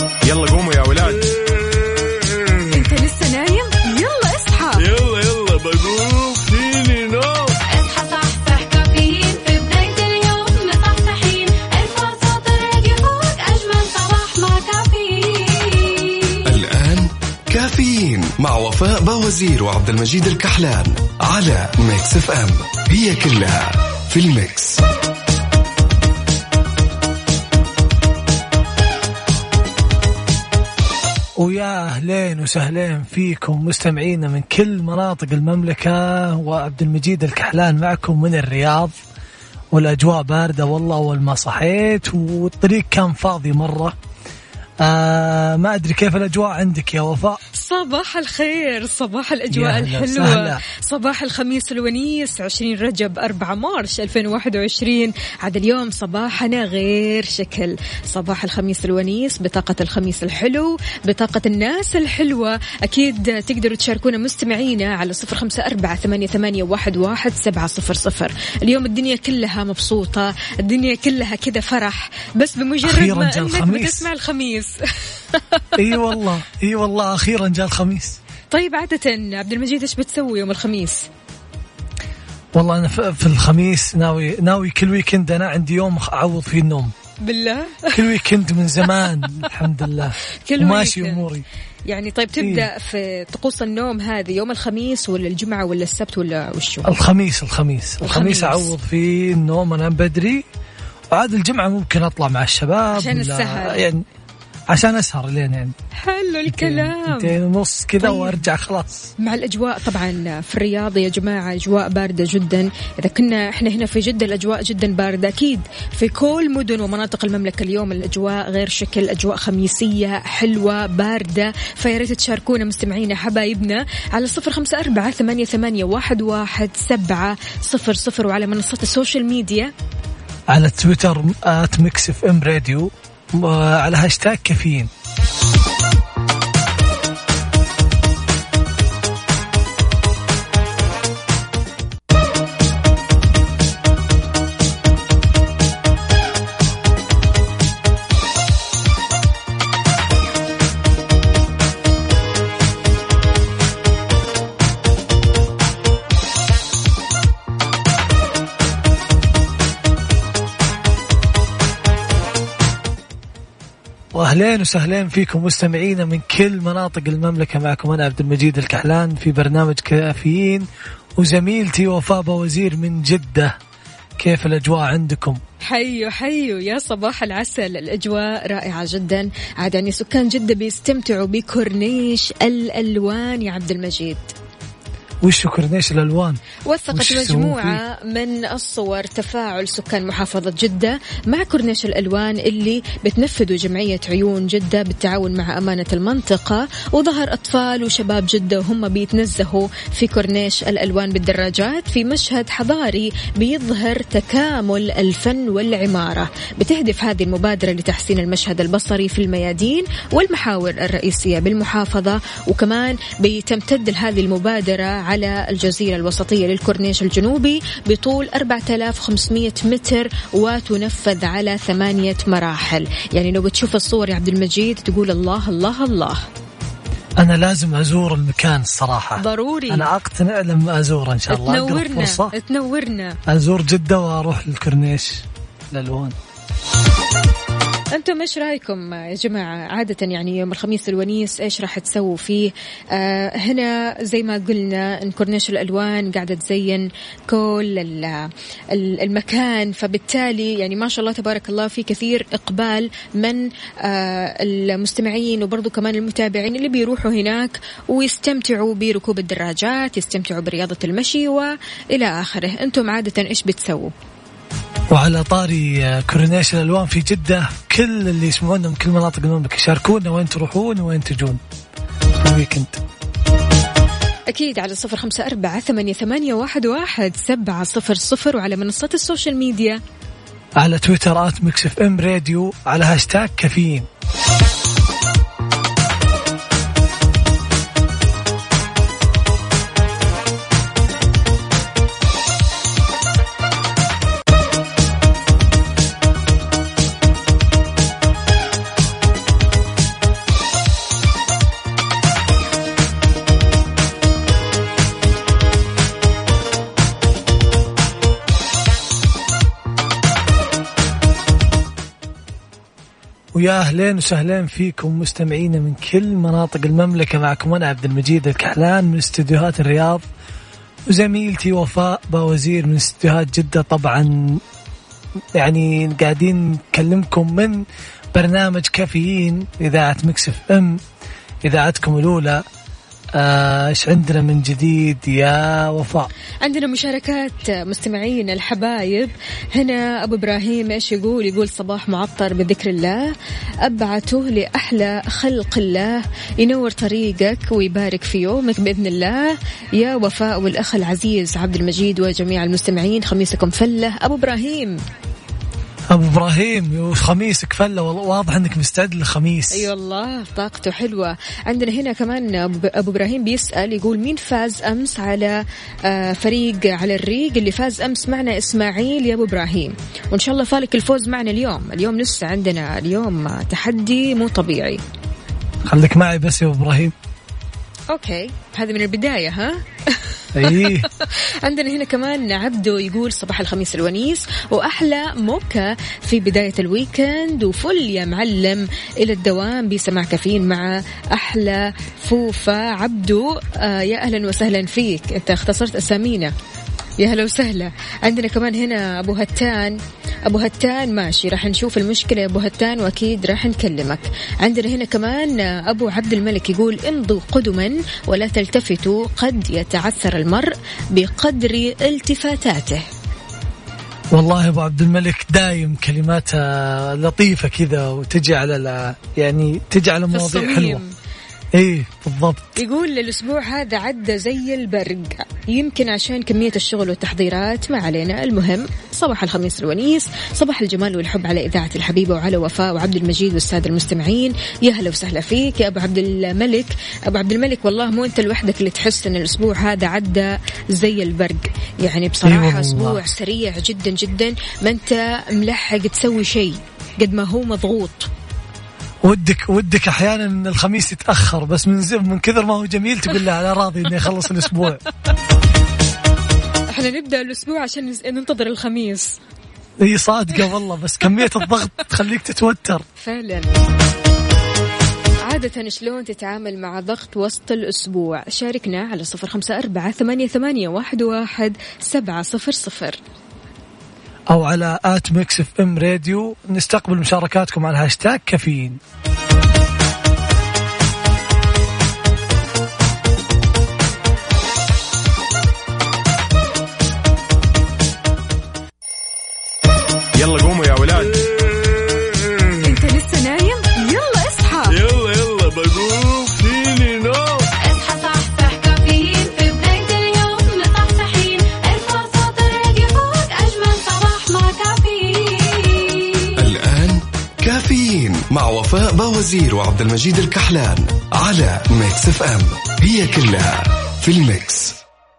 يلا قوموا يا ولاد. انت لسه نايم؟ يلا اصحى. يلا بقوم فيني نوم. اصحى صحصح كافيين في بداية اليوم مصحصحين. الفرصة تراك فوق أجمل صباح مع كافيين. الآن كافيين مع وفاء باوزير وعبد المجيد الكحلان على ميكس اف ام. هي كلها في الميكس. ويا أهلين وسهلين فيكم مستمعينا من كل مناطق المملكة، وعبد المجيد الكحلان معكم من الرياض. والأجواء باردة والله أول ما صحيت، والطريق كان فاضي مرة. ما أدري كيف الأجواء عندك يا وفاء. صباح الخير، صباح الأجواء الحلوة سهلة. صباح الخميس الونيس 20 رجب 4 مارس 2021. عاد اليوم صباحنا غير شكل. صباح الخميس الونيس بطاقة الخميس الحلو، بطاقة الناس الحلوة. أكيد تقدروا تشاركونا مستمعينا على 0548811700. اليوم الدنيا كلها مبسوطة، الدنيا كلها كده فرح، بس بمجرد ما أنك بتسمع الخميس. اي والله اخيرا جاء الخميس. طيب عادة عبد المجيد ايش بتسوي يوم الخميس؟ والله انا في الخميس ناوي كل ويكند. انا عندي يوم اعوض فيه النوم بالله. كل ويكند من زمان الحمد لله. ماشي اموري يعني. طيب تبدأ في طقوس النوم هذه يوم الخميس ولا الجمعة ولا السبت ولا وشو؟ الخميس اعوض فيه النوم، انام بدري. وعاد الجمعة ممكن اطلع مع الشباب عشان السهر، يعني عشان أسهر لين يعني. حلو الكلام. 2:30 كذا. طيب. وارجع خلاص. مع الأجواء طبعا في الرياض يا جماعة أجواء باردة جدا. إذا كنا إحنا هنا في جدة الأجواء جدا باردة، أكيد في كل مدن ومناطق المملكة اليوم الأجواء غير شكل، أجواء خميسية حلوة باردة. فياريت تشاركونا مستمعينا حبايبنا على 0548811700 وعلى منصات السوشيال ميديا على تويتر @mixfmradio على هاشتاج كافيين. أهلين وسهلين فيكم مستمعينا من كل مناطق المملكة. معكم أنا عبد المجيد الكحلان في برنامج كافيين، وزميلتي وفاء باوزير من جدة. كيف الأجواء عندكم؟ حيو يا صباح العسل. الأجواء رائعة جدا. عاد يعني سكان جدة بيستمتعوا بكورنيش الألوان يا عبد المجيد. وش كورنيش الألوان؟ وثقت مجموعة من الصور تفاعل سكان محافظة جدة مع كورنيش الألوان اللي بتنفذه جمعية عيون جدة بالتعاون مع أمانة المنطقة. وظهر أطفال وشباب جدة وهم بيتنزهوا في كورنيش الألوان بالدراجات في مشهد حضاري بيظهر تكامل الفن والعمارة. بتهدف هذه المبادرة لتحسين المشهد البصري في الميادين والمحاور الرئيسية بالمحافظة. وكمان بتمتد هذه المبادرة على الجزيرة الوسطية للكورنيش الجنوبي بطول 4500 متر وتنفذ على 8 مراحل. يعني لو بتشوف الصور يا عبد المجيد تقول الله الله الله. أنا لازم أزور المكان الصراحة، ضروري. أنا أقتنع لما أزور إن شاء الله. تنورنا أزور جدة وأروح للكورنيش الألوان. أنتم إيش رأيكم يا جماعة؟ عادة يعني يوم الخميس الونيس إيش راح تسووا فيه؟ هنا زي ما قلنا إن كورنيش الألوان قاعدة تزين كل المكان، فبالتالي يعني ما شاء الله تبارك الله في كثير إقبال من المستمعين وبرضو كمان المتابعين اللي بيروحوا هناك ويستمتعوا بركوب الدراجات، يستمتعوا برياضة المشي وإلى آخره. أنتم عادة إيش بتسووا؟ وعلى طاري كورنيش الألوان في جدة، كل اللي يسمعونا من كل مناطق المملكة شاركونا وين تروحون وين تجون في الويكند. أكيد على 0548811700 وعلى منصات السوشيال ميديا على تويتر @mixfmradio على هاشتاج كافيين. ويا أهلين وسهلين فيكم مستمعين من كل مناطق المملكة. معكم أنا عبد المجيد الكحلان من استديوهات الرياض، وزميلتي وفاء باوزير من استديوهات جدة. طبعا يعني قاعدين نكلمكم من برنامج كافيين إذاعة ميكس اف ام، إذاعتكم الأولى. ايش عندنا من جديد يا وفاء؟ عندنا مشاركات مستمعين الحبايب. هنا أبو إبراهيم إيش يقول صباح معطر بذكر الله، أبعته لأحلى خلق الله، ينور طريقك ويبارك في يومك بإذن الله يا وفاء والأخ العزيز عبد المجيد وجميع المستمعين. خميسكم فلة أبو إبراهيم. أبو إبراهيم خميسك فلة، واضح أنك مستعد للخميس. أي والله طاقته حلوة. عندنا هنا كمان أبو إبراهيم بيسأل يقول مين فاز أمس على فريق على الريق اللي فاز أمس معنا؟ إسماعيل يا أبو إبراهيم، وإن شاء الله فالك الفوز معنا اليوم لسه عندنا اليوم تحدي مو طبيعي. خليك معي بس يا أبو إبراهيم. أوكي هذا من البداية ها. أيه. عندنا هنا كمان عبدو يقول صباح الخميس الونيس وأحلى موكا في بداية الويكند، وفل يا معلم إلى الدوام بسماع كافيين مع أحلى فوفا. عبدو يا أهلا وسهلا فيك، أنت اختصرت أسامينا، يا هلا وسهلا. عندنا كمان هنا أبو هتان ماشي، راح نشوف المشكلة يا أبو هتان وأكيد راح نكلمك. عندنا هنا كمان أبو عبد الملك يقول امضوا قدما ولا تلتفتوا، قد يتعثر المرء بقدر التفاتاته. والله أبو عبد الملك دايم كلمات لطيفة كذا، وتجي على يعني تجي على مواضيع حلوة. ايه بالضبط. يقول الأسبوع هذا عدى زي البرق، يمكن عشان كمية الشغل والتحضيرات، ما علينا. المهم صباح الخميس الونيس، صباح الجمال والحب على إذاعة الحبيبة وعلى وفاء وعبد المجيد والسادة المستمعين. يا هلا وسهلا فيك يا أبو عبد الملك. أبو عبد الملك والله مو أنت لوحدك اللي تحس أن الأسبوع هذا عدى زي البرق، يعني بصراحة أسبوع سريع جدا جدا، ما أنت ملحق تسوي شيء قد ما هو مضغوط. ودك احيانا ان الخميس يتاخر، بس من كثر ما هو جميل تقول له انا راضي اني اخلص الاسبوع. احنا نبدا الاسبوع عشان ننتظر الخميس. اي صادقه والله، بس كميه الضغط تخليك تتوتر فعلا. عادة شلون تتعامل مع ضغط وسط الأسبوع؟ شاركنا على 0548811700 أو على @mixfm radio. نستقبل مشاركاتكم على الهاشتاج كافيين. يلا قوموا يا ولاد. انت لسه نايم؟ يلا اصحى. يلا بقوم فيني نوم. اصحى صحصح كافيين في بداية اليوم مصحصحين، ارفع صوت الراديو فوق أجمل صباح مع كافيين. الآن كافيين مع وفاء باوزير وعبد المجيد الكحلان على ميكس اف ام، هي كلها في الميكس.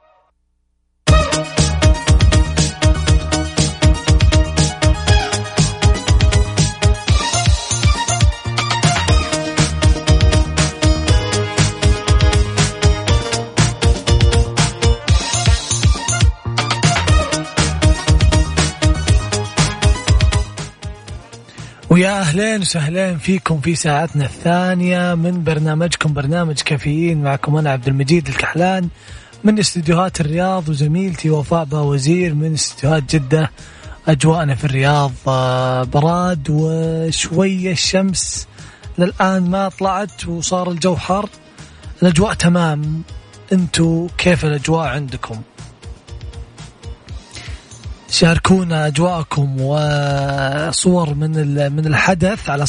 ويا أهلين وسهلين فيكم في ساعتنا الثانية من برنامجكم برنامج كافيين. معكم أنا عبد المجيد الكحلان من استديوهات الرياض، وزميلتي وفاء باوزير من استديوهات جدة. أجواءنا في الرياض براد وشوية الشمس للآن ما طلعت وصار الجو حار، الأجواء تمام. أنتوا كيف الأجواء عندكم؟ شاركونا أجواءكم وصور من الحدث على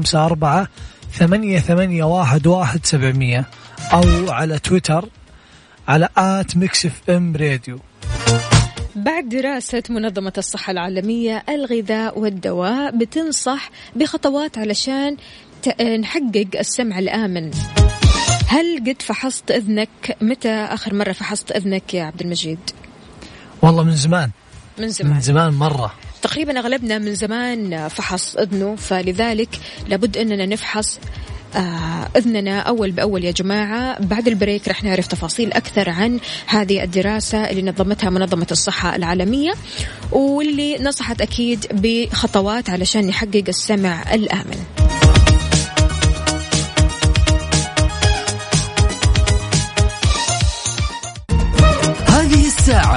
0548811700 أو على تويتر على @mixfmradio. بعد دراسة منظمة الصحة العالمية الغذاء والدواء بتنصح بخطوات علشان نحقق السمع الآمن. هل قد فحصت إذنك؟ متى آخر مرة فحصت إذنك يا عبد المجيد؟ والله من زمان مرة، تقريبا أغلبنا من زمان فحص إذنه، فلذلك لابد أننا نفحص إذننا أول بأول يا جماعة. بعد البريك رح نعرف تفاصيل أكثر عن هذه الدراسة اللي نظمتها منظمة الصحة العالمية، واللي نصحت أكيد بخطوات علشان نحقق السمع الآمن.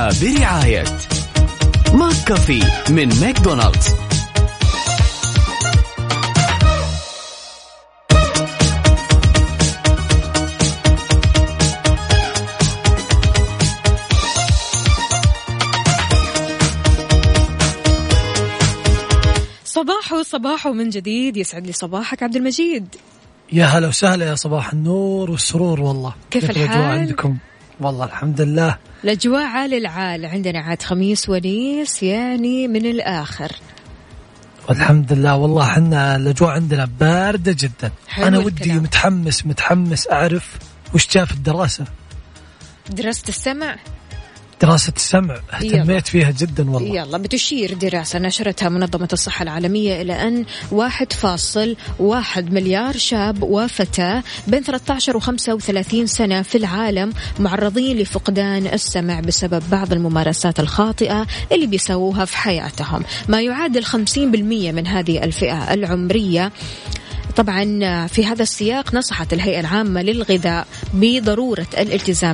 الساعة برعاية ماك كافي من ماكدونالدز. صباح من جديد، يسعد لي صباحك عبد المجيد. يا هلا وسهلا، يا صباح النور والسرور. والله كيف الحال عندكم؟ والله الحمد لله، الأجواء عال العال. عندنا عاد خميس ونيس يعني من الآخر، والحمد لله. والله حنا الأجواء عندنا باردة جدا. أنا ودي متحمس أعرف وش جاء في الدراسة. دراسة السمع اهتميت فيها جدا والله. يلا، بتشير دراسة نشرتها منظمة الصحة العالمية إلى أن 1.1 مليار شاب وفتاة بين 13 و 35 سنة في العالم معرضين لفقدان السمع بسبب بعض الممارسات الخاطئة اللي بيسووها في حياتهم، ما يعادل 50% من هذه الفئة العمرية. طبعا في هذا السياق نصحت الهيئة العامة للغذاء بضرورة الالتزام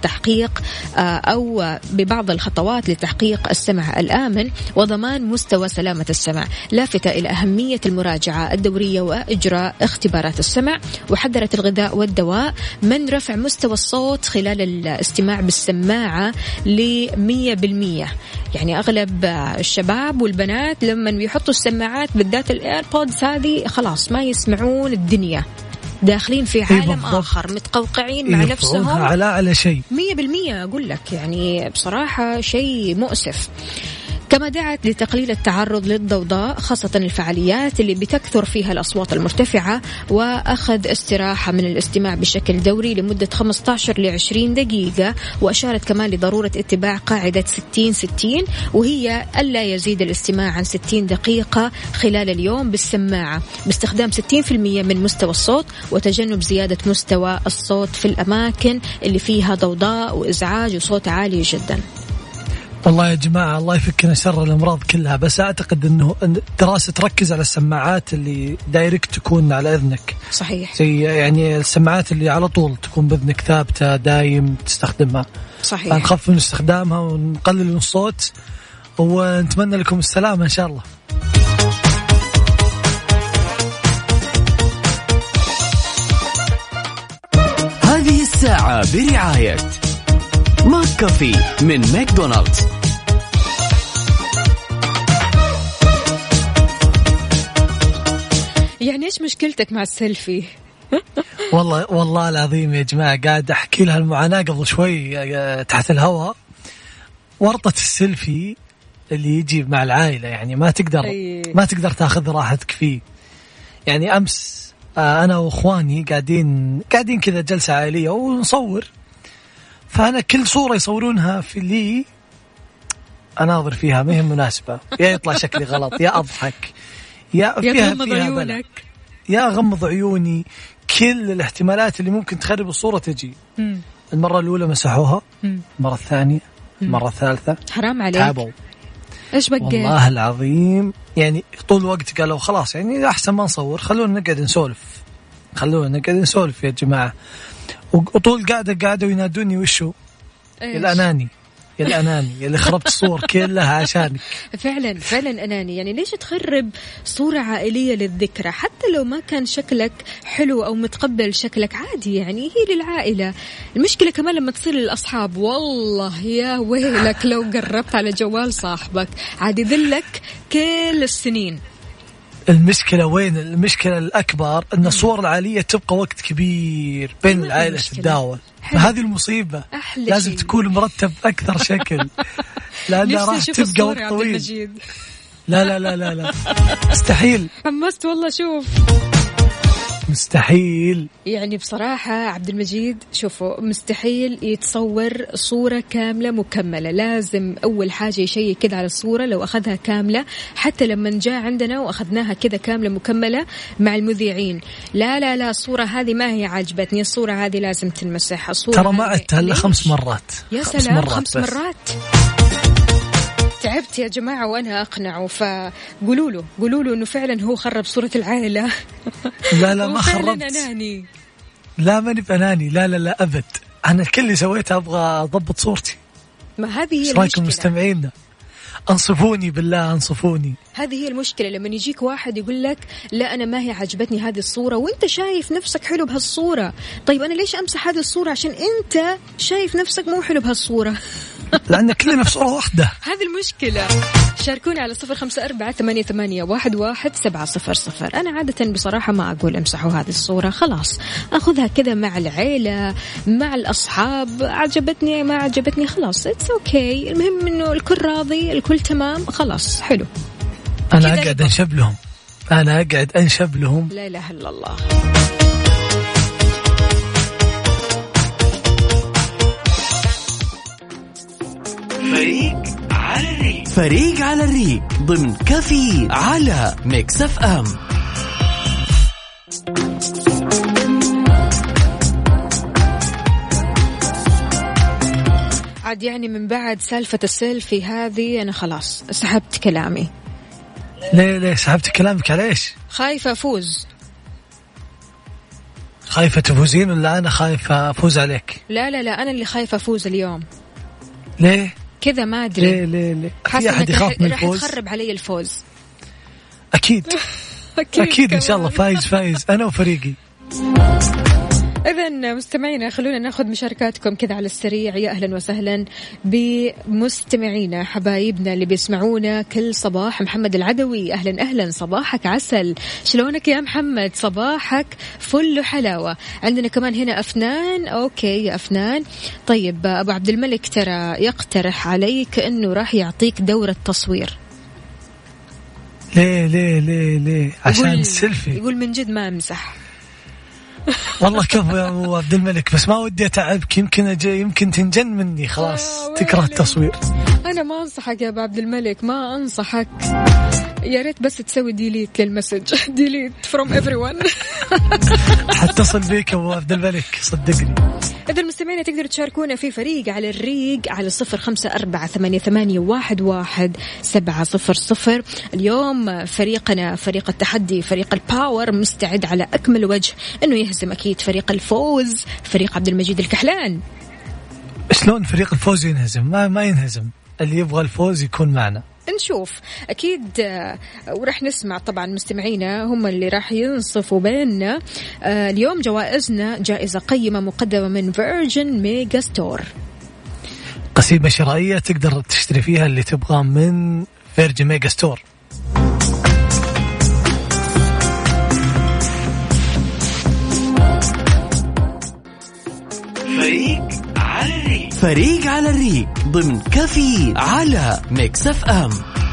ببعض الخطوات لتحقيق السمع الآمن وضمان مستوى سلامة السمع، لافتة إلى أهمية المراجعة الدورية وإجراء اختبارات السمع. وحذرت الغذاء والدواء من رفع مستوى الصوت خلال الاستماع بالسماعة ل100%. يعني أغلب الشباب والبنات لما بيحطوا السماعات بالذات الإيربودز هذه خلاص ما يسمعون الدنيا، داخلين في عالم آخر، متقوقعين مع نفسهم على شيء 100%. أقول لك يعني بصراحة شيء مؤسف. كما دعت لتقليل التعرض للضوضاء خاصة الفعاليات اللي بتكثر فيها الأصوات المرتفعة، وأخذ استراحة من الاستماع بشكل دوري لمدة 15 ل 20 دقيقة. وأشارت كمان لضرورة اتباع قاعدة 60-60، وهي ألا يزيد الاستماع عن 60 دقيقة خلال اليوم بالسماعة باستخدام 60% من مستوى الصوت، وتجنب زيادة مستوى الصوت في الأماكن اللي فيها ضوضاء وإزعاج وصوت عالي جدا. والله يا جماعة الله يفكنا شر الأمراض كلها، بس أعتقد أنه الدراسة تركز على السماعات اللي دايركت تكون على إذنك. صحيح، زي يعني السماعات اللي على طول تكون بإذنك ثابتة دايم تستخدمها. صحيح، نخفف من استخدامها ونقلل من الصوت، ونتمنى لكم السلامة إن شاء الله. هذه الساعة برعاية ماك كافي من ماكدونالدز. يعني إيش مشكلتك مع السيلفي؟ والله العظيم يا جماعة قاعد أحكي لها المعاناة قبل شوي تحت الهواء. ورطة السيلفي اللي يجي مع العائلة، يعني ما تقدر تاخذ راحتك فيه. يعني أمس أنا وأخواني قاعدين كذا جلسة عائلية ونصور، فأنا كل صورة يصورونها في اللي أناظر فيها ما هي مناسبة، يا يطلع شكلي غلط، يا أضحك، يا غمض عيونك، يا غمض عيوني. كل الاحتمالات اللي ممكن تخرب الصورة تجي. المرة الأولى مسحوها، المرة الثانية، المرة الثالثة، حرام عليك، تعبوا. إيش بقى والله العظيم يعني طول الوقت قالوا خلاص يعني أحسن ما نصور، خلونا نقعد نسولف يا جماعة. وطول قاعدوا ينادوني وشو يا الأناني اللي خربت الصور كلها عشانك. فعلا أناني. يعني ليش تخرب صورة عائلية للذكرى؟ حتى لو ما كان شكلك حلو أو متقبل شكلك عادي، يعني هي للعائلة. المشكلة كمان لما تصير للأصحاب، والله يا ويلك لو قربت على جوال صاحبك عاد يذلك كل السنين. المشكلة وين؟ المشكلة الأكبر أن الصور العائلية تبقى وقت كبير بين العائلة تتداول، فهذه المصيبة. لازم تكون مرتب أكثر شكل، لأنها راح تبقى وقت طويل. لا مستحيل. حمست والله. شوف مستحيل يعني بصراحة عبد المجيد، شوفوا مستحيل يتصور صورة كاملة مكملة. لازم أول حاجة يشيك كده على الصورة لو أخذها كاملة. حتى لما جاء عندنا وأخذناها كده كاملة مكملة مع المذيعين، لا الصورة هذه ما هي عاجبتني، الصورة هذه لازم تنمسح. الصورة ترى ما عدتها إلا 5 مرات. يا سلام، 5 مرات. تعبت يا جماعة وأنا أقنعه، فقولوا له إنه فعلا هو خرب صورة العائلة. لا ما خربت. أناني. لا ماني بأناني، لا أبد. أنا الكل اللي سويته أبغى أضبط صورتي. ما هذه هي ايش رايكم المشكلة. مستمعينا؟ انصفوني بالله، انصفوني. هذه هي المشكلة لما يجيك واحد يقول لك لا أنا ما هي عجبتني هذه الصورة وأنت شايف نفسك حلو بهالصورة. طيب أنا ليش أمسح هذه الصورة عشان أنت شايف نفسك مو حلو بهالصورة؟ لأن كلنا في صورة واحدة. هذه المشكلة. شاركوني على 0548811700. أنا عادة بصراحة ما أقول امسحوا هذه الصورة، خلاص أخذها كذا مع العيلة مع الأصحاب، عجبتني ما عجبتني خلاص it's okay. المهم إنه الكل راضي الكل تمام خلاص حلو. أنا أقعد أنشب لهم، أنا أقعد أنشب لهم. لا إله إلا الله. فريق على الريق ضمن كافيين على ميكس اف ام. عاد يعني من بعد سالفة السيلفي هذه أنا خلاص سحبت كلامي. ليه سحبت كلامك على إيش؟ خايفة أفوز. خايفة تفوزين ولا أنا خايفة أفوز عليك؟ لا أنا اللي خايفة أفوز اليوم. ليه؟ كذا ما أدري. ليه؟ حاسة في أحد يخاف من راح الفوز؟ تخرب علي الفوز. أكيد أكيد إن شاء الله فايز أنا وفريقي. إذن مستمعينا خلونا ناخذ مشاركاتكم كذا على السريع. يا أهلا وسهلا بمستمعينا حبايبنا اللي بيسمعونا كل صباح. محمد العدوي أهلا صباحك عسل، شلونك يا محمد؟ صباحك فل حلاوة. عندنا كمان هنا أفنان. أوكي يا أفنان. طيب أبو عبد الملك ترى يقترح عليك أنه راح يعطيك دورة تصوير. ليه عشان السيلفي. يقول من جد ما أمزح. والله كفو يا أبو عبد الملك، بس ما ودي أتعبك، يمكن تنجن مني خلاص تكره التصوير. أنا ما أنصحك يا أبو عبد الملك، ما أنصحك. يا ريت بس تسوي ديليت للمسج. ديليت from everyone. حتصل بيك أبو عبد الملك صدقني. إذا المستمعين تقدروا تشاركونا في فريق على الريق على 0548811700. اليوم فريقنا فريق التحدي فريق الباور مستعد على أكمل وجه أنه يهزم أكيد فريق الفوز فريق عبد المجيد الكحلان. شلون فريق الفوز ينهزم؟ ما ينهزم، اللي يبغى الفوز يكون معنا. نشوف أكيد ورح نسمع طبعا مستمعينا هم اللي راح ينصفوا بيننا. اليوم جوائزنا جائزة قيمة مقدمة من فيرجن ميجا ستور، قسيمة شرائية تقدر تشتري فيها اللي تبغاه من فيرجن ميجا ستور. فريق على الريق ضمن كافيين على ميكس اف ام.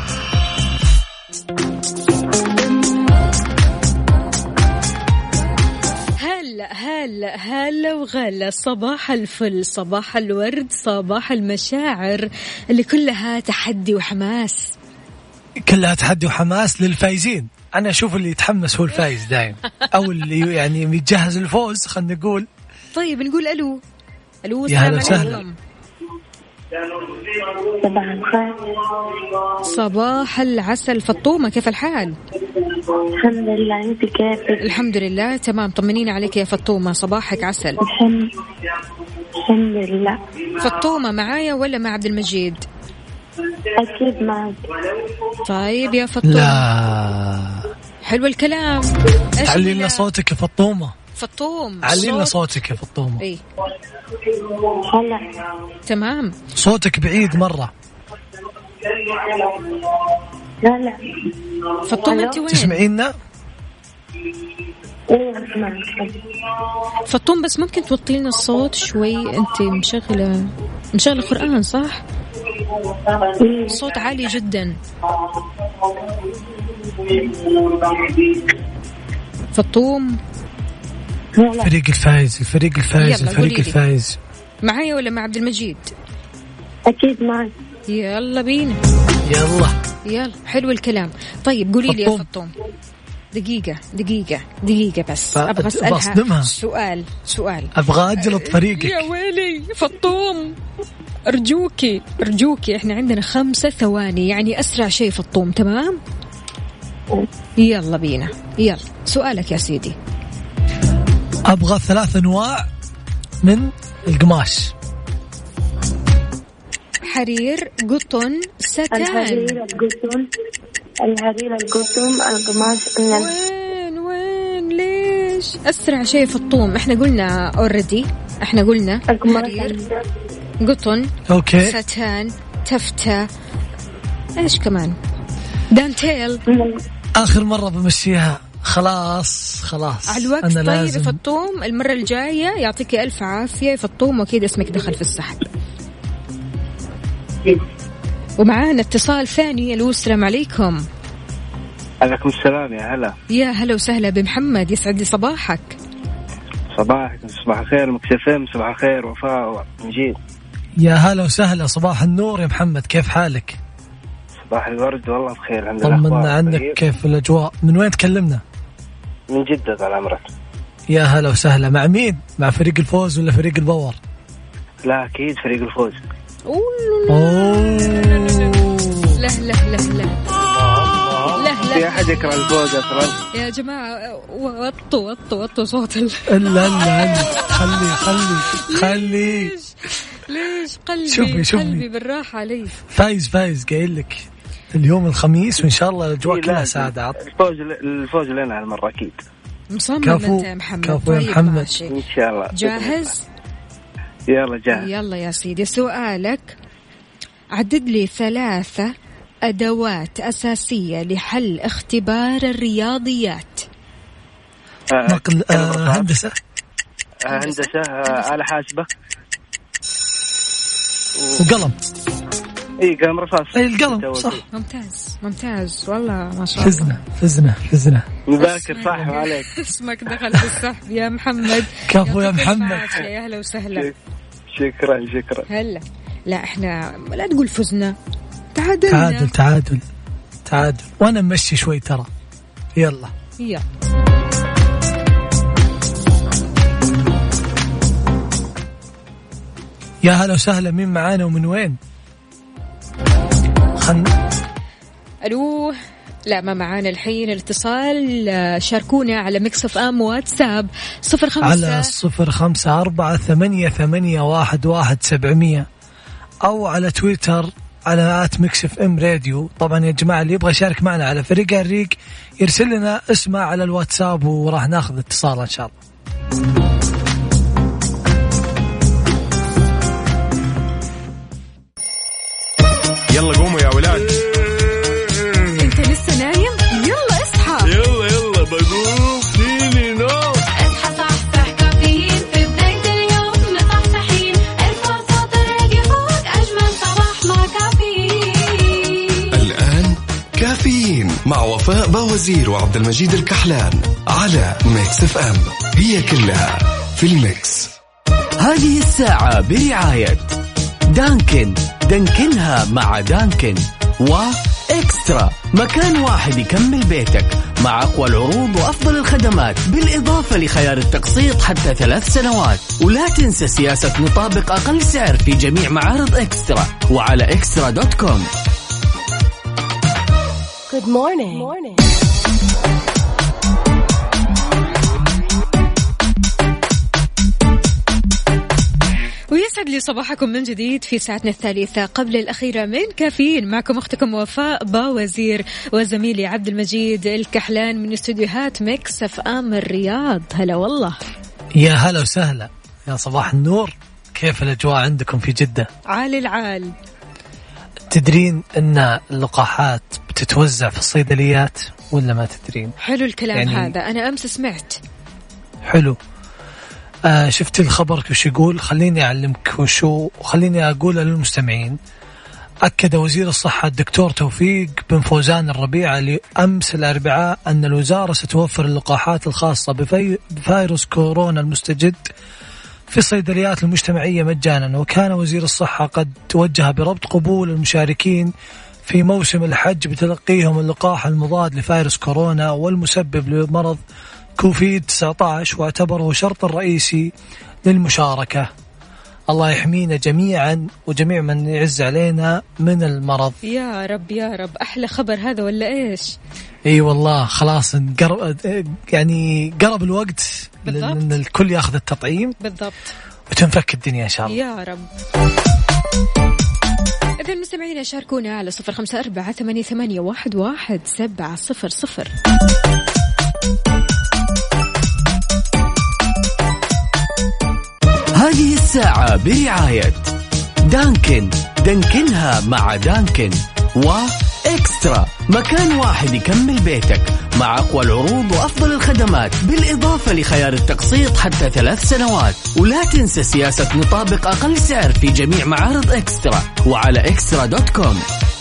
هلا وغلا. صباح الفل، صباح الورد، صباح المشاعر اللي كلها تحدي وحماس. كلها تحدي وحماس للفايزين. أنا أشوف اللي يتحمس هو الفايز دائم، أو اللي يعني يتجهز الفوز. خلنا نقول طيب نقول ألو. يا هلا وسهلا. صباح العسل فطومة، كيف الحال؟ الحمد لله، انت كيفك؟ الحمد لله تمام. طمنينا عليك يا فطومة، صباحك عسل. الحمد لله. فطومة معايا ولا مع عبد المجيد؟ أكيد معك. طيب يا فطومة. لا حلو الكلام. علي لنا صوتك يا فطومة. فطوم علي لنا صوتك يا فطومة. ايه هلا تمام. صوتك بعيد مرة. لا فطومة انت وين؟ تسمعينا؟ ايه اسمعك. فطوم بس ممكن توطي لنا الصوت شوي، انت مشغلة قرآن صح؟ صوت عالي جدا. فطوم. الفريق الفايز معايا ولا مع عبد المجيد؟ أكيد معك. يلا بينا. يلا حلو الكلام. طيب قولي لي يا فطوم، دقيقة بس أبغى أسألها سؤال. أبغى أجلط فريقك. يا ويلي فطوم، أرجوكي إحنا عندنا 5 ثواني، يعني أسرع شيء فطوم. تمام يلا بينا. يلا سؤالك يا سيدي. أبغى 3 أنواع من القماش. حرير، قطن، ستان. الحرير، القطن، القماش. وين ليش أسرع شيء فطوم؟ احنا قلنا اوريدي، احنا قلنا حرير، قطن، اوكي، ستان، تفتة، ايش كمان؟ دانتيل. آخر مرة بمشيها. خلاص على الوقت. أنا طيب لازم. فطوم المرة الجاية يعطيك ألف عافية فطوم، وأكيد اسمك دخل في السحب. ومعانا اتصال ثاني. الو، السلام عليكم. عليكم السلام. يا هلا. يا هلا وسهلا بمحمد، يسعد لي صباحك. صباحك، صباح الخير مكسفين، صباح الخير وفاء ونجيب. يا هلا وسهلا، صباح النور يا محمد، كيف حالك؟ صباح الورد، والله بخير الحمد لله. طمنا عنك، كيف الأجواء؟ من وين تكلمنا؟ من جدة طال عمرك. يا هلا وسهلا. مع مين؟ مع فريق الفوز ولا فريق الباور؟ لا أكيد فريق الفوز. لا في أحد يكره الفوز أصلا يا جماعة؟ وطوا صوت لا خلي ليش قلبي؟ شوفي قلبي بالراحة علي. فايز قايل لك اليوم الخميس وإن شاء الله الأجواء كلها سعادة. الفوز لنا هالمرة أكيد. مصمم أنت يا محمد. كفو يا طيب محمد. ماشي. إن شاء الله. جاهز؟ يلا جاهز. يلا يا سيدي، سؤالك: عدد لي 3 أدوات أساسية لحل اختبار الرياضيات. نقل هندسة. آلة حاسبة وقلم. اي قلم رصاص. اي القلم صح. ممتاز والله ما شاء الله. فزنا مذاكر صح عليك. اسمك دخل في السحب يا محمد. كفو يا محمد. يا اهلا وسهلا. شكرا. هلا. لا احنا لا تقول فزنا، تعادلنا. تعادل وانا ممشي شوي ترى. يلا يا هلا وسهلا. مين معانا ومن وين؟ الو. لا ما معانا الحين الاتصال. شاركونا على ميكس اف ام واتساب 05 على 0548811700 أو على تويتر على @mixfmradio. طبعا يا جماعة اللي يبغى يشارك معنا على فريق الريق يرسل لنا اسمه على الواتساب وراح ناخذ اتصال إن شاء الله. يلا قوموا يا ولاد. انت لسه نايم؟ يلا اصحى. يلا بقوم فيني نوم. اصحى صحصح كافيين في بداية اليوم مصحصحين، ارفع صوت الراديو فوق أجمل صباح مع كافيين. الآن كافيين مع وفاء باوزير وعبد المجيد الكحلان على ميكس اف ام. هي كلها في الميكس. هذه الساعة برعاية دانكنها مع دانكن، وإكسترا، مكان واحد يكمل بيتك مع أقوى العروض وأفضل الخدمات، بالإضافة لخيار التقسيط حتى 3 سنوات. ولا تنسى سياسة نطابق أقل سعر في جميع معارض إكسترا وعلى extra.com. Good morning. ويسعد لي صباحكم من جديد في ساعتنا الثالثة قبل الأخيرة من كافيين. معكم أختكم وفاء باوزير وزميلي عبد المجيد الكحلان من استوديوهات ميكس اف ام الرياض. هلا والله. يا هلا وسهلا، يا صباح النور. كيف الأجواء عندكم في جدة؟ عال العال. تدرين أن اللقاحات بتتوزع في الصيدليات ولا ما تدرين؟ حلو الكلام يعني هذا، أنا أمس سمعت. حلو. شفت الخبر وش يقول؟ خليني أعلمك وشو، وخليني أقوله للمستمعين. أكد وزير الصحة الدكتور توفيق بن فوزان الربيع لأمس الأربعاء أن الوزارة ستوفر اللقاحات الخاصة بفيروس كورونا المستجد في الصيدليات المجتمعية مجانا. وكان وزير الصحة قد توجه بربط قبول المشاركين في موسم الحج بتلقيهم اللقاح المضاد لفيروس كورونا والمسبب لمرض كوفيد-19، واعتبره شرط رئيسي للمشاركة. الله يحمينا جميعا وجميع من يعز علينا من المرض. يا رب يا رب. أحلى خبر هذا ولا إيش؟ اي والله خلاص يعني قرب الوقت لأن الكل ياخذ التطعيم بالضبط وتنفك الدنيا إن شاء الله يا رب. إذا المستمعين شاركونا على 0548811700. هذه الساعة برعاية دانكنها مع دانكن، وإكسترا مكان واحد يكمل بيتك مع أقوى العروض وأفضل الخدمات، بالإضافة لخيار التقسيط حتى 3 سنوات. ولا تنسى سياسة نطابق أقل سعر في جميع معارض إكسترا وعلى extra.com.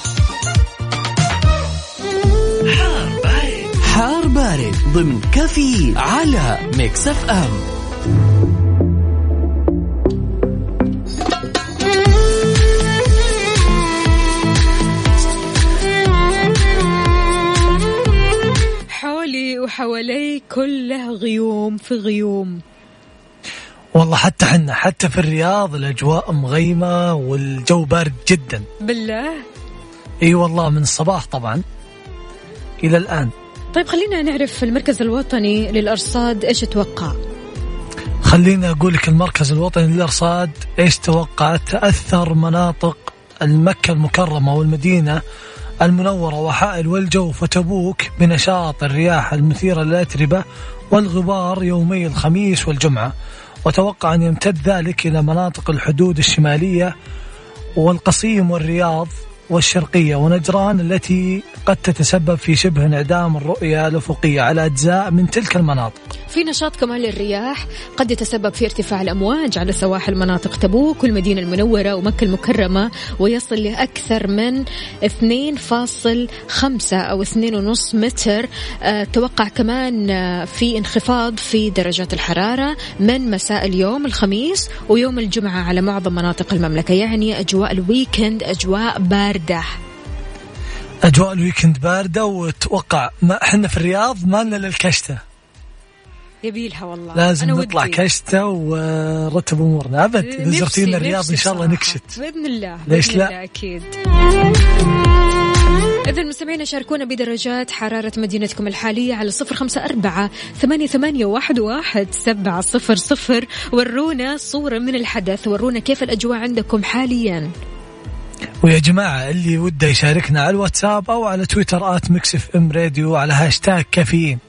حار بارد ضمن كافيين على ميكس اف ام. حولي وحوالي كله غيوم في غيوم. والله حتى في الرياض الأجواء مغيمة والجو بارد جدا. بالله اي والله من الصباح طبعا إلى الآن. طيب خلينا نعرف المركز الوطني للأرصاد إيش توقع. خلينا أقول لك المركز الوطني للأرصاد إيش توقع. تأثر مناطق المكة المكرمة والمدينة المنورة وحائل والجوف وتبوك بنشاط الرياح المثيرة للأتربة والغبار يومي الخميس والجمعة، وتوقع أن يمتد ذلك إلى مناطق الحدود الشمالية والقصيم والرياض والشرقية ونجران، التي قد تتسبب في شبه انعدام الرؤية الأفقية على أجزاء من تلك المناطق. في نشاط كمان للرياح قد يتسبب في ارتفاع الأمواج على سواحل مناطق تبوك والمدينة المنورة ومكة المكرمة، ويصل لأكثر من 2.5 أو 2.5 متر. توقع كمان في انخفاض في درجات الحرارة من مساء اليوم الخميس ويوم الجمعة على معظم مناطق المملكة. يعني أجواء الويكند أجواء باردة. أجواء الويكند باردة، وتوقع ما احنا في الرياض ما لنا للكشتة. يبيلها والله لازم نطلع ودي كشتة ورتب أمورنا. أبد إذا زرتينا الرياض إن شاء الله نكشت بإذن الله. ليش بإذن لا؟ الله أكيد. إذا المستمعين شاركونا بدرجات حرارة مدينتكم الحالية على 0548811700. ورونا صورة من الحدث، ورونا كيف الأجواء عندكم حاليا. ويا جماعة اللي وده يشاركنا على الواتساب أو على تويتر @mixfmradio على هاشتاج كافيين.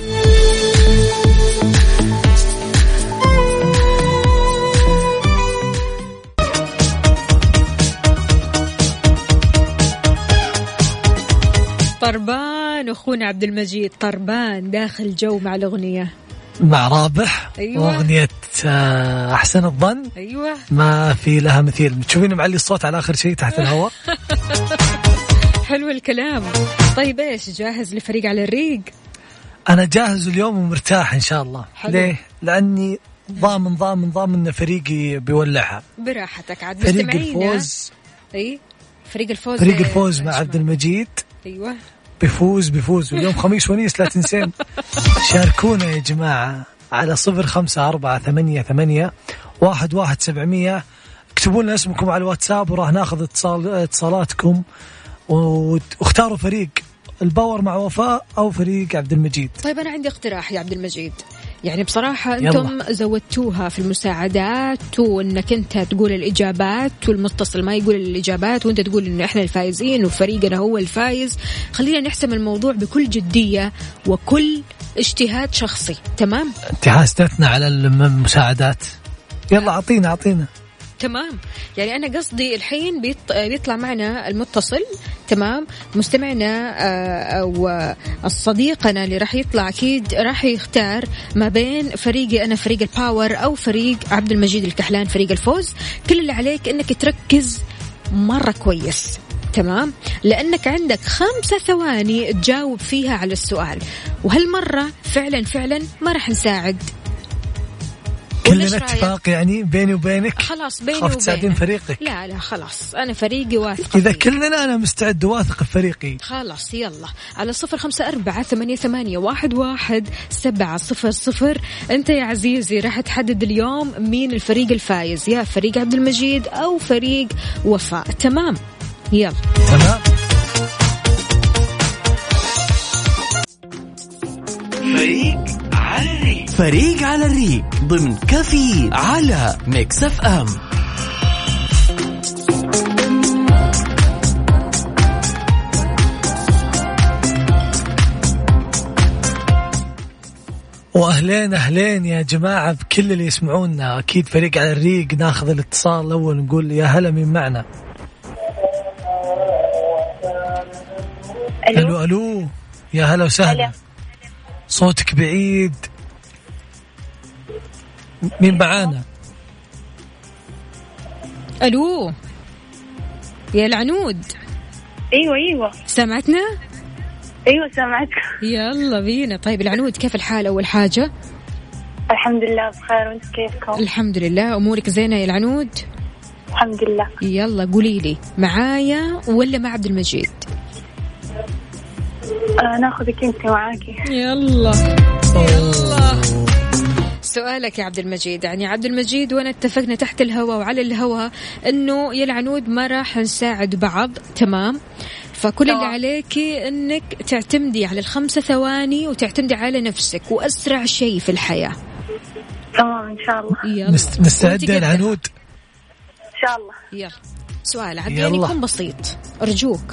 طربان أخونا عبد المجيد، طربان داخل جو مع الأغنية مع رابح. أيوة. وأغنية أحسن الظن. أيوة. ما في لها مثيل. تشوفين معلي الصوت على آخر شيء تحت الهواء. حلو الكلام. طيب إيش جاهز لفريق على الريق؟ أنا جاهز اليوم ومرتاح إن شاء الله. حلو. ليه؟ لأني ضامن إن فريقي بيولعها. براحتك عاد. فريق الفوز. أي فريق الفوز مع عبد المجيد. أيوة. بيفوز واليوم خميس ونيس لا تنسين. شاركونا يا جماعة على 0548811700. اكتبوا لنا اسمكم على الواتساب وراح ناخذ اتصالاتكم، واختاروا فريق الباور مع وفاء أو فريق عبد المجيد. طيب أنا عندي اقتراح يا عبد المجيد. يعني بصراحة أنتم زودتوها في المساعدات، وأنك أنت تقول الإجابات والمتصل ما يقول الإجابات، وأنت تقول إنه إحنا الفائزين وفريقنا هو الفائز. خلينا نحسم الموضوع بكل جدية وكل اجتهاد شخصي. تمام؟ انت حاسدتنا على المساعدات. يلا عطينا. تمام. يعني أنا قصدي الحين بيطلع معنا المتصل. تمام. مستمعنا أو الصديقنا اللي راح يطلع أكيد راح يختار ما بين فريقي أنا فريق الباور أو فريق عبد المجيد الكحلان فريق الفوز. كل اللي عليك إنك تركز مرة كويس. تمام. لأنك عندك 5 ثواني تجاوب فيها على السؤال، وهالمرة فعلا ما راح نساعد. كلنا اتفاق يعني بيني وبينك. خلاص بيني وبينك. تساعدين فريقك. لا خلاص أنا فريقي واثق. إذا كلنا أنا مستعد واثق في فريقي. خلاص يلا على 0548811700. أنت يا عزيزي راح تحدد اليوم مين الفريق الفايز، يا فريق عبد المجيد أو فريق وفاء. تمام. يلا. تمام. فريق على الريق ضمن كافيين على ميكس اف ام. واهلين اهلين يا جماعه بكل اللي يسمعونا. اكيد فريق على الريق. ناخذ الاتصال الاول نقول يا هلا مين معنا. الو الو يا هلا وسهلا. صوتك بعيد. مين معانا؟ الو يا العنود. ايوه سمعتنا؟ ايوه سامعتك. يلا بينا. طيب العنود كيف الحال أول حاجة؟ الحمد لله بخير، وانت كيفكم؟ الحمد لله. أمورك زينة يا العنود؟ الحمد لله. يلا قولي لي معايا ولا مع عبد المجيد؟ ناخذك انت معاكي. يلا سؤالك يا عبد المجيد. يعني عبد المجيد وانا اتفقنا تحت الهواء وعلى الهواء انه يا العنود ما راح نساعد بعض، تمام؟ فكل اللي عليكي انك تعتمدي على 5 ثواني وتعتمدي على نفسك واسرع شيء في الحياة. تمام ان شاء الله. يلا مستعدة يا العنود؟ ان شاء الله. يلا سؤال عاد يعني يكون بسيط، ارجوك.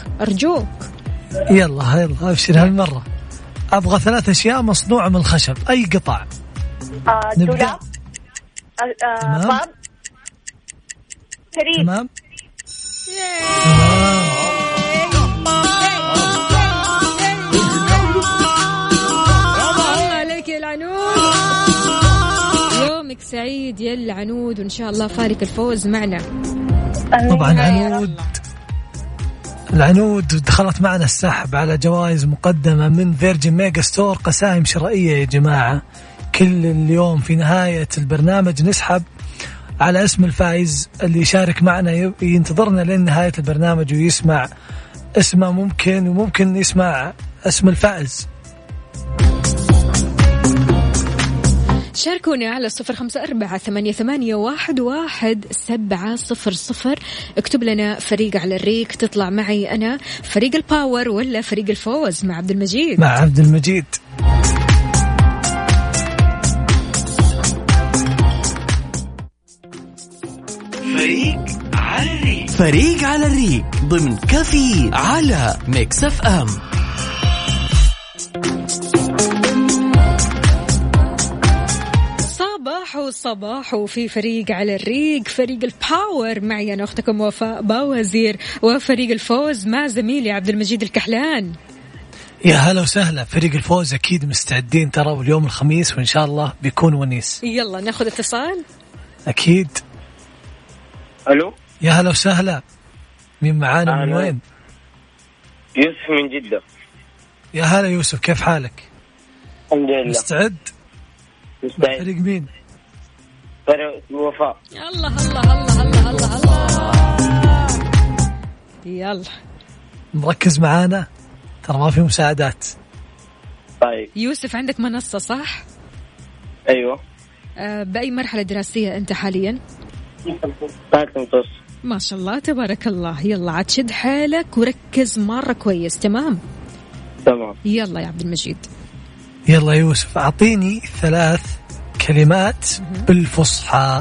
يلا ابشر هالمرة. ابغى 3 أشياء مصنوعة من الخشب. اي قطع؟ دولاب، باب، فريق. تمام. الله عليك يا العنود. يومك سعيد يا العنود، وإن شاء الله فارق الفوز معنا. طبعا العنود دخلت معنا السحب على جوائز مقدمة من فيرجن ميجا ستور، قسائم شرائية يا جماعة. كل اليوم في نهاية البرنامج نسحب على اسم الفائز اللي يشارك معنا، ينتظرنا لين نهاية البرنامج ويسمع اسمه، ممكن يسمع اسم الفائز. شاركوني على 0548811700. اكتب لنا فريق على الريق، تطلع معي أنا فريق الباور ولا فريق الفوز مع عبد المجيد. مع عبد المجيد. فريق على الريق ضمن كافيين على ميكس اف ام. صباح في فريق على الريق، فريق الباور معي أنا أختكم وفاء باوزير، وفريق الفوز مع زميلي عبد المجيد الكحلان. يا هلا وسهلا. فريق الفوز أكيد مستعدين ترى، واليوم الخميس وإن شاء الله بيكون ونيس. يلا ناخذ اتصال. أكيد. الو يا هلا وسهلا. مين معانا من وين؟ يوسف من جدة. يا هلا يوسف، كيف حالك؟ الحمد لله. مستعد؟ فريق مين؟ فريق وفاء. الله يلا مركز معانا ترى ما في مساعدات. طيب يوسف عندك منصة صح؟ ايوه. بأي مرحلة دراسية أنت حاليا؟ ما شاء الله تبارك الله. يلا عاد شد حالك وركز مرة كويس. تمام يلا يا عبد المجيد. يلا يوسف أعطيني 3 كلمات بالفصحى.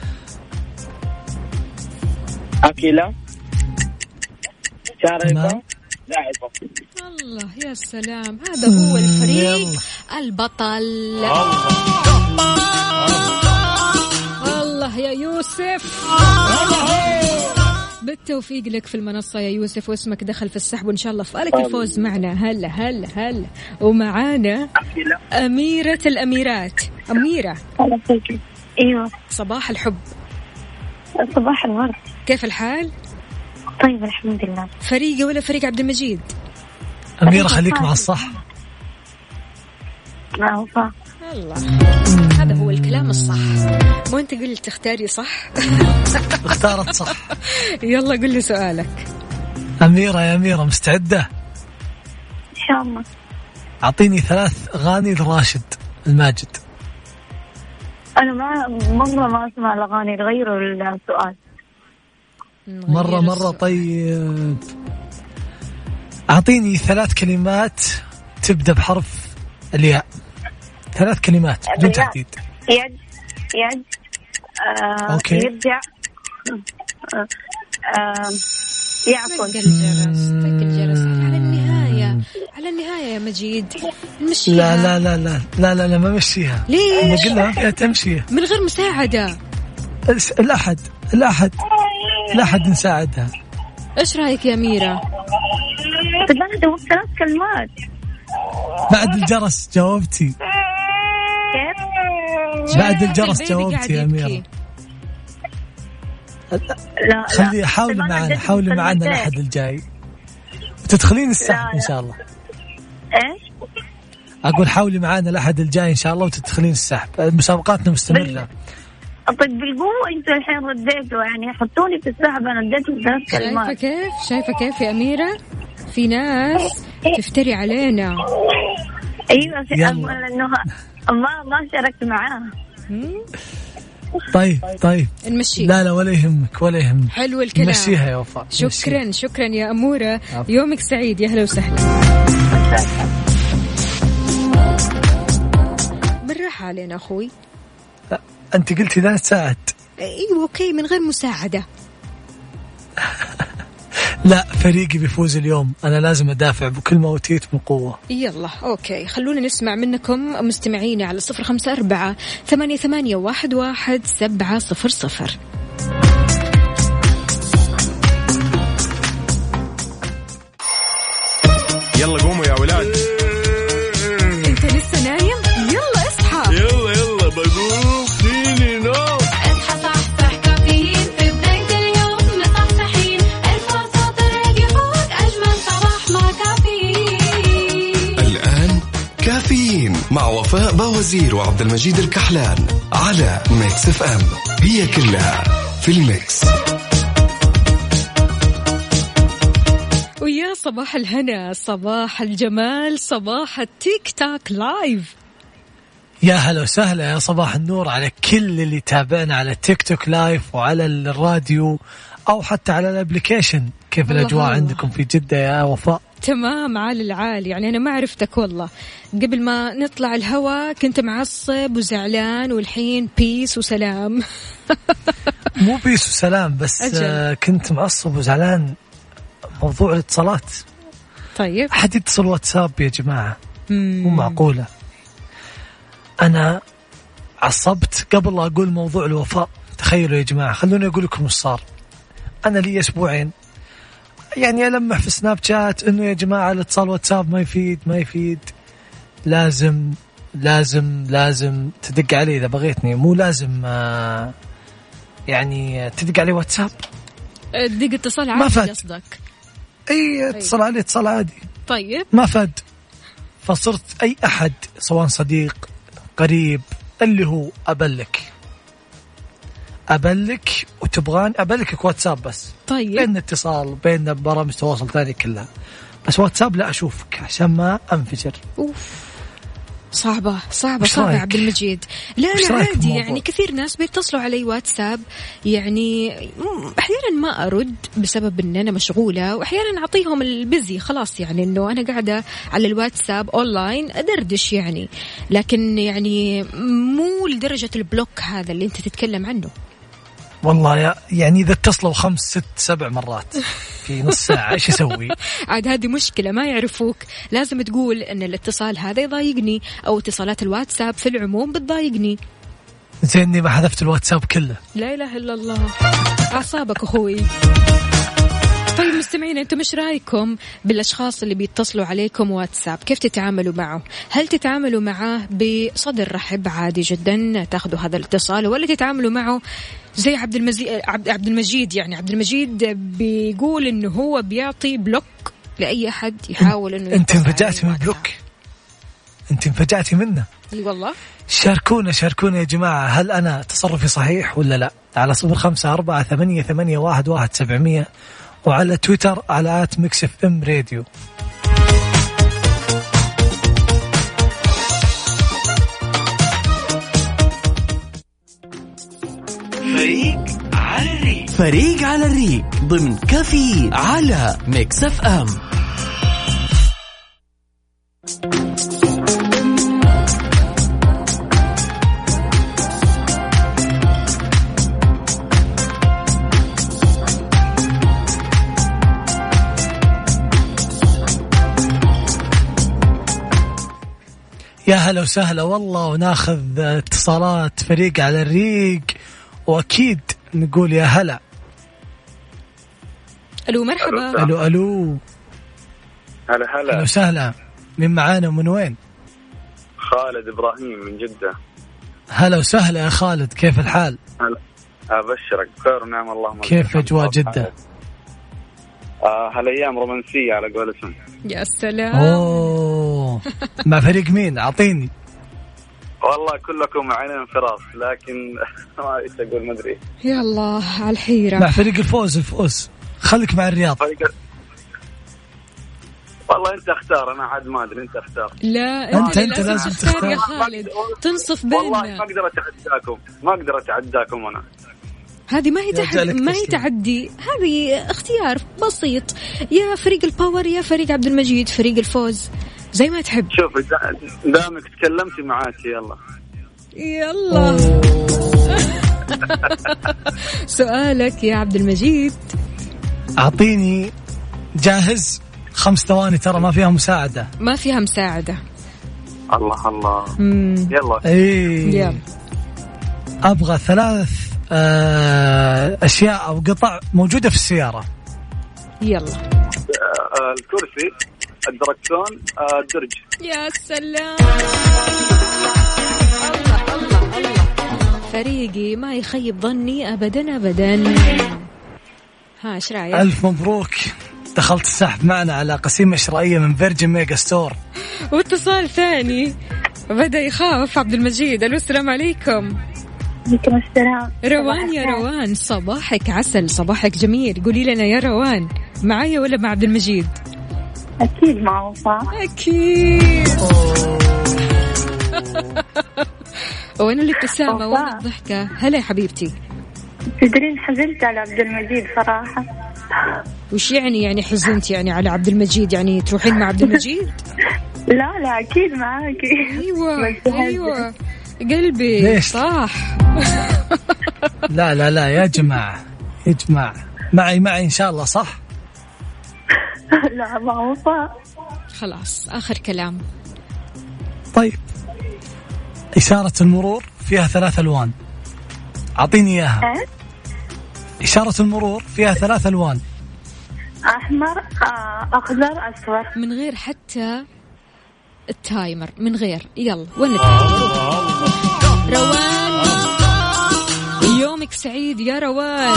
أكلة، شاربة، لاعبة. الله يا سلام، هذا هو الفريق البطل. الله يا يوسف، بالتوفيق لك في المنصة يا يوسف، واسمك دخل في السحب وإن شاء الله فالك الفوز معنا. هلا ومعانا أميرة الأميرات. أميرة. ايوه. صباح الحب. صباح الورد. كيف الحال؟ طيب الحمد لله. فريقي ولا فريق عبد المجيد؟ أميرة خليك مع الصح. وفاء. الله، هذا هو الكلام الصح. مو أنت قلت تختاري صح؟ اختارت صح. يلا قل لي سؤالك. أميرة يا أميرة مستعدة؟ إن شاء الله. أعطيني 3 أغاني لراشد الماجد. أنا مرة ما أسمع الأغاني، غيروا السؤال. مرة طيب. أعطيني 3 كلمات تبدأ بحرف الياء. 3 كلمات بدون تحديد. يد. أوكي. يرجع. يعقل. طق الجرس على على النهاية يا مجيد نمشيها. لا لا لا لا لا لا, لا ما مشيها. ليش؟ قلنا ما فيها تمشي من غير مساعدة. الأحد نساعدها. إيش رأيك يا أميرة؟ تبغى 3 كلمات. بعد الجرس جاوبتي. كيف؟ بعد الجرس جاوبتي يا أميرة. لا خلي حاولي معنا الأحد الجاي وتدخلين السحب إن شاء الله. إيش؟ أقول حاولي معنا الأحد الجاي إن شاء الله وتدخلين السحب. مسابقاتنا مستمرة. طيب بالقوة انتوا الحين رديتوا يعني حطوني في السحب. انا اديتهم 3 كلمات. شايفة كيف يا أميرة؟ في ناس تفتري علينا. ايوه انه ما شاركت معاه. طيب نمشي. لا ولا يهمك. حلو الكلام. نمشيها يا وفاء. شكرا يا أمورة. يومك سعيد. يا هلا وسهلا. بالراحة علينا أخوي. أنت قلتي لا تساعد. أيوة أوكي من غير مساعدة. لا فريقي بيفوز اليوم. أنا لازم أدافع بكل ما أوتيت من قوة. يلا أوكي خلونا نسمع منكم مستمعيني على 0548811700. يلا قوموا يا ولاد. أنت لسه نايم؟ يلا اصحى. يلا بقوم فيني نوم. اصحى صحصح كافيين في بداية اليوم مصحصحين الفرصة تراك فوق أجمل صباح مع كافيين. الآن كافيين مع وفاء باوزير وعبد المجيد الكحلان على ميكس اف ام. هي كلها في الميكس. ويا صباح الهنا، صباح الجمال، صباح التيك تاك لايف. يا هلا وسهلا، يا صباح النور على كل اللي تابعنا على تيك توك لايف وعلى الراديو أو حتى على الابليكيشن. كيف الأجواء عندكم في جدة يا وفاء؟ تمام عال العال. يعني أنا ما عرفتك والله، قبل ما نطلع الهوا كنت معصب وزعلان والحين بيس وسلام. مو بيس وسلام بس كنت معصب وزعلان موضوع الاتصالات. طيب أحد يتصل واتساب يا جماعة مو معقولة. أنا عصبت قبل لا أقول موضوع الوفاء. تخيلوا يا جماعة، خلوني أقول لكم إيش صار. أنا لي أسبوعين يعني ألمح في سناب شات إنه يا جماعة الاتصال واتساب ما يفيد. لازم تدق علي إذا بغيتني، مو لازم يعني تدق علي واتساب. دق اتصال عادي قصدك؟ أي اتصال علي اتصال عادي. طيب ما فد، فصرت أي أحد سواء صديق قريب اللي هو أبلك وتبغان أبلكك واتساب بس. طيب بين اتصال بين برامج تواصل ثاني كلها، بس واتساب لا أشوفك عشان ما أنفجر. صعبة عبد المجيد. لا أنا عادي يعني كثير ناس بيتصلوا علي واتساب، يعني أحيانا ما أرد بسبب أن أنا مشغولة، وأحيانا أعطيهم البزي خلاص، يعني أنه أنا قاعدة على الواتساب أونلاين أدردش يعني، لكن يعني مو لدرجة البلوك هذا اللي أنت تتكلم عنه. والله يعني إذا اتصلوا 5 6 7 مرات في نص ساعة إيش أسوي؟ عاد هذه مشكلة، ما يعرفوك. لازم تقول أن الاتصال هذا يضايقني، أو اتصالات الواتساب في العموم بتضايقني. زيني ما حذفت الواتساب كله. لا إله إلا الله، أعصابك أخوي. طيب مستمعين، أنتم مش رأيكم بالأشخاص اللي بيتصلوا عليكم واتساب؟ كيف تتعاملوا معه؟ هل تتعاملوا معه بصدر رحب عادي جدا تاخذوا هذا الاتصال، ولا تتعاملوا معه زي عبد المجيد؟ يعني عبد المجيد بيقول إنه هو بيعطي بلوك لأي أحد يحاول إنه. أنت انفجعتي من بلوك، أنت انفجعتي منه. إي والله. شاركونا يا جماعة، هل أنا تصرفي صحيح ولا لا؟ على 0548811700 وعلى تويتر على @mixfmradio. فريق على الريق ضمن كافيين على ميكس اف ام. يا هلا وسهلا والله، وناخذ اتصالات فريق على الريق، وأكيد نقول يا هلا. ألو مرحبا. ألو ألو. هلا أهلا وسهلا، من معانا ومن وين؟ خالد إبراهيم من جدة. هلا وسهلا يا خالد، كيف الحال؟ هلا، أبشرك بخير ونعم الله. كيف أجواء جدة؟ هالأيام رومانسية على قولتهم. يا سلام. أوه. مع فريق مين؟ أعطيني. والله كلكم عينين فراس، لكن ما ايش اقول، ما ادري. يلا على الحيرة. مع فريق الفوز. خليك مع الرياض. والله انت اختار، انا عاد ما ادري، انت اختار. لا انت لازم تختار يا خالد، تنصف بيننا. والله ما اقدر اتعداكم انا. هذه ما هي تعدي، هذه اختيار بسيط، يا فريق الباور يا فريق عبد المجيد، فريق الفوز زي ما تحب. شوف دامك تكلمتي معاك، يلا سؤالك يا عبد المجيد. أعطيني. جاهز؟ 5 ثواني، ترى ما فيها مساعدة. ما فيها مساعدة. الله. يلا. يلا. أبغى 3 أشياء أو قطع موجودة في السيارة. يلا. الكرسي، الدركسون، الدرج. يا سلام. الله. فريقي ما يخيب ظني أبدا. ها ايش رايك؟ ألف مبروك، دخلت السحب معنا على قسيمة شرائية من فيرجن ميجا ستور. واتصال ثاني بدأ يخاف عبد المجيد. ألو السلام عليكم. عليكم السلام. روان يا روان، صباحك عسل، صباحك جميل. قولي لنا يا روان، معايا ولا مع عبد المجيد؟ أكيد مع وفاء. أكيد. وين الابتسامة وين الضحكة؟ هلا يا حبيبتي. تدرين حزنت على عبد المجيد صراحة. وش يعني حزنت يعني على عبد المجيد؟ يعني تروحين مع عبد المجيد؟ لا أكيد معاكي. أيوة قلبي ليش؟ صح. لا يا جماعة معي إن شاء الله، صح؟ لا مع وفاء. خلاص آخر كلام. طيب، إشارة المرور فيها 3 ألوان، أعطيني إياها. إشارة المرور فيها 3 ألوان، أحمر، أخضر، أصفر. من غير حتى التايمر، من غير. يلا وين روان؟ يومك سعيد يا روان.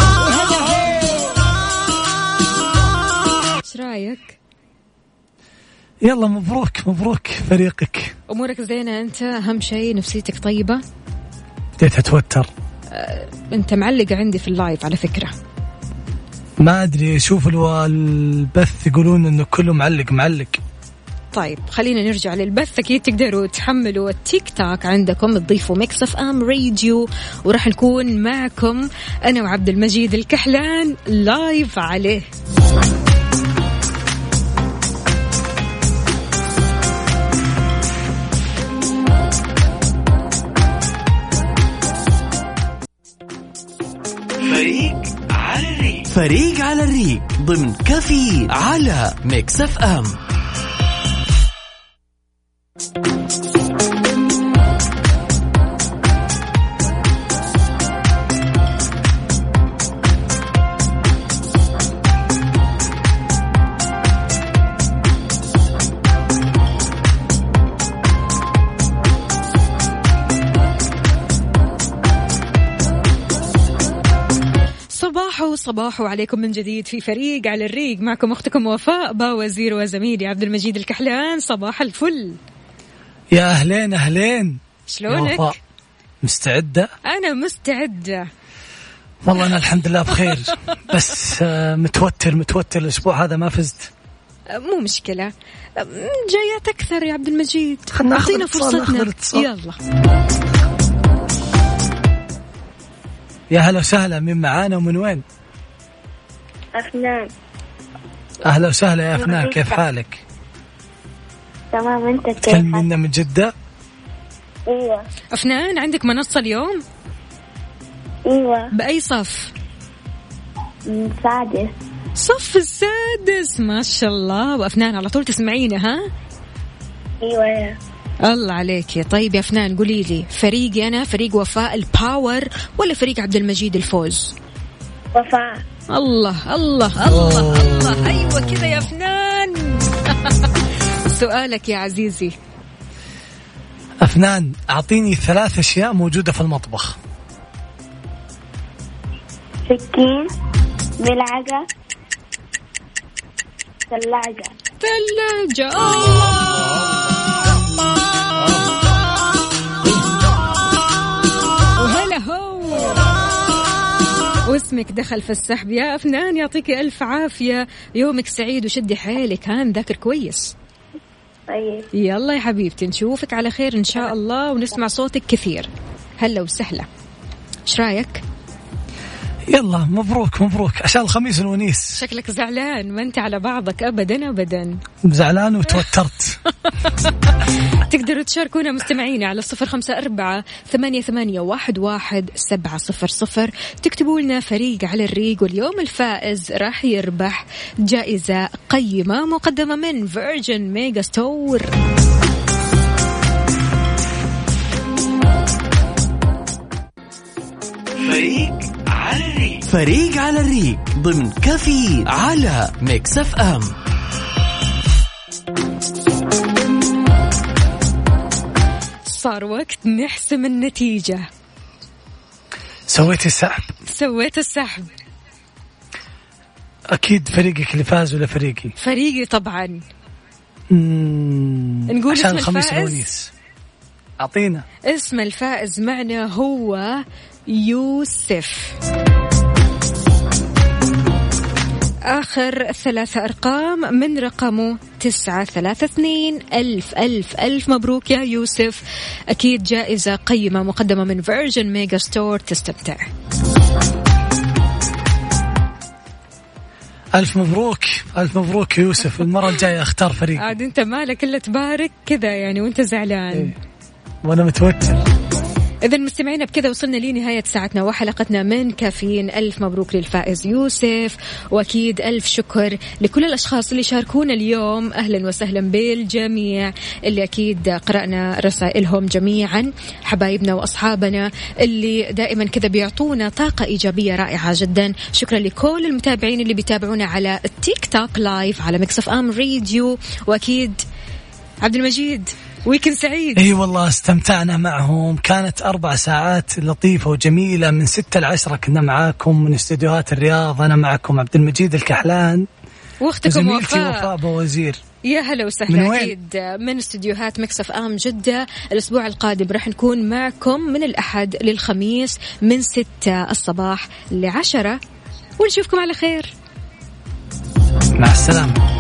ايش رايك؟ يلا مبروك فريقك. امورك زينه انت؟ اهم شيء نفسيتك طيبه. بديت اتوتر. انت معلق عندي في اللايف على فكره. ما ادري، شوف البث يقولون انه كله معلق. طيب خلينا نرجع للبث. أكيد تقدروا تحملوا التيك توك عندكم، تضيفوا ميكس اف ام راديو، وراح نكون معكم أنا وعبد المجيد الكحلان لايف عليه. فريق على الريق ضمن كافيين على ميكس اف ام. صباح عليكم من جديد في فريق على الريق. معكم أختكم وفاء باوزير وزميلي عبد المجيد الكحلان. صباح الفل يا أهلين. شلونك؟ مستعدة؟ أنا مستعدة والله. أنا الحمد لله بخير، بس متوتر الأسبوع هذا ما فزت. مو مشكلة، جايات أكثر يا عبد المجيد، أعطينا فرصتنا. يلا يا هلا وسهلا، من معانا ومن وين؟ أفنان. أهلا وسهلا يا أفنان، كيف حالك؟ تمام، أنت كيف؟ تكلمينا من جدة؟ أيوة. أفنان عندك منصة اليوم؟ أيوة. بأي صف؟ السادس. صف السادس، ما شاء الله. وأفنان على طول تسمعينا ها؟ أيوة. الله عليك. طيب يا فنان قولي لي، فريقي أنا فريق وفاء الباور ولا فريق عبد المجيد الفوز؟ وفاء. الله الله الله الله، أيوة كذا يا فنان. سؤالك يا عزيزي. أفنان، أعطيني 3 أشياء موجودة في المطبخ. سكين، ملعقة، ثلاجة. وهلا هو، واسمك دخل في السحب يا أفنان. يعطيك ألف عافية، يومك سعيد وشدي حيلك. نذاكر كويس. طيب يلا يا حبيبتي، نشوفك على خير إن شاء الله ونسمع صوتك كثير. هلا وسهلا. إيش رأيك؟ يلا مبروك مبروك عشان الخميس الونيس. شكلك زعلان، ما أنت على بعضك أبدا أبدا. زعلان وتوترت. تقدروا تشاركونا مستمعين على 0548811700. تكتبوا لنا فريق على الريق، واليوم الفائز راح يربح جائزة قيمة مقدمة من فيرجن ميجا ستور. فريق على الريق ضمن كافيين على ميكس اف ام. صار وقت نحسم النتيجة. سويت السحب. سويت السحب. أكيد فريقك اللي فاز ولا فريقي؟ فريقي طبعا. نقول عشان اسم الخميس الفائز. الونيس. أعطينا اسم الفائز معنا هو يوسف. آخر 3 أرقام من رقمه 932. ألف مبروك يا يوسف. أكيد جائزة قيمة مقدمة من فيرجن ميجا ستور، تستمتع. ألف مبروك ألف مبروك يوسف. المرة الجاية اختار فريق. عاد أنت مالك إلا تبارك كذا يعني وأنت زعلان. وأنا متوتر. إذا مستمعينا بكذا وصلنا لنهاية ساعتنا وحلقتنا من كافيين. ألف مبروك للفائز يوسف، وأكيد ألف شكر لكل الأشخاص اللي شاركونا اليوم. أهلا وسهلا بالجميع اللي أكيد قرأنا رسائلهم جميعا، حبايبنا وأصحابنا اللي دائما كذا بيعطونا طاقة إيجابية رائعة جدا. شكرا لكل المتابعين اللي بيتابعونا على التيك توك لايف على ميكس اف ام راديو. وأكيد عبد المجيد ويكند سعيد. اي والله استمتعنا معهم، كانت 4 ساعات لطيفة وجميلة من 6 ل 10 كنا معاكم من استديوهات الرياض. أنا معكم عبد المجيد الكحلان واختكم وفاء بوزير. يا هلا وسهلا. أكيد من استديوهات ميكس اف ام جدة. الأسبوع القادم راح نكون معكم من الأحد للخميس من 6 الصباح ل10، ونشوفكم على خير. مع السلامة.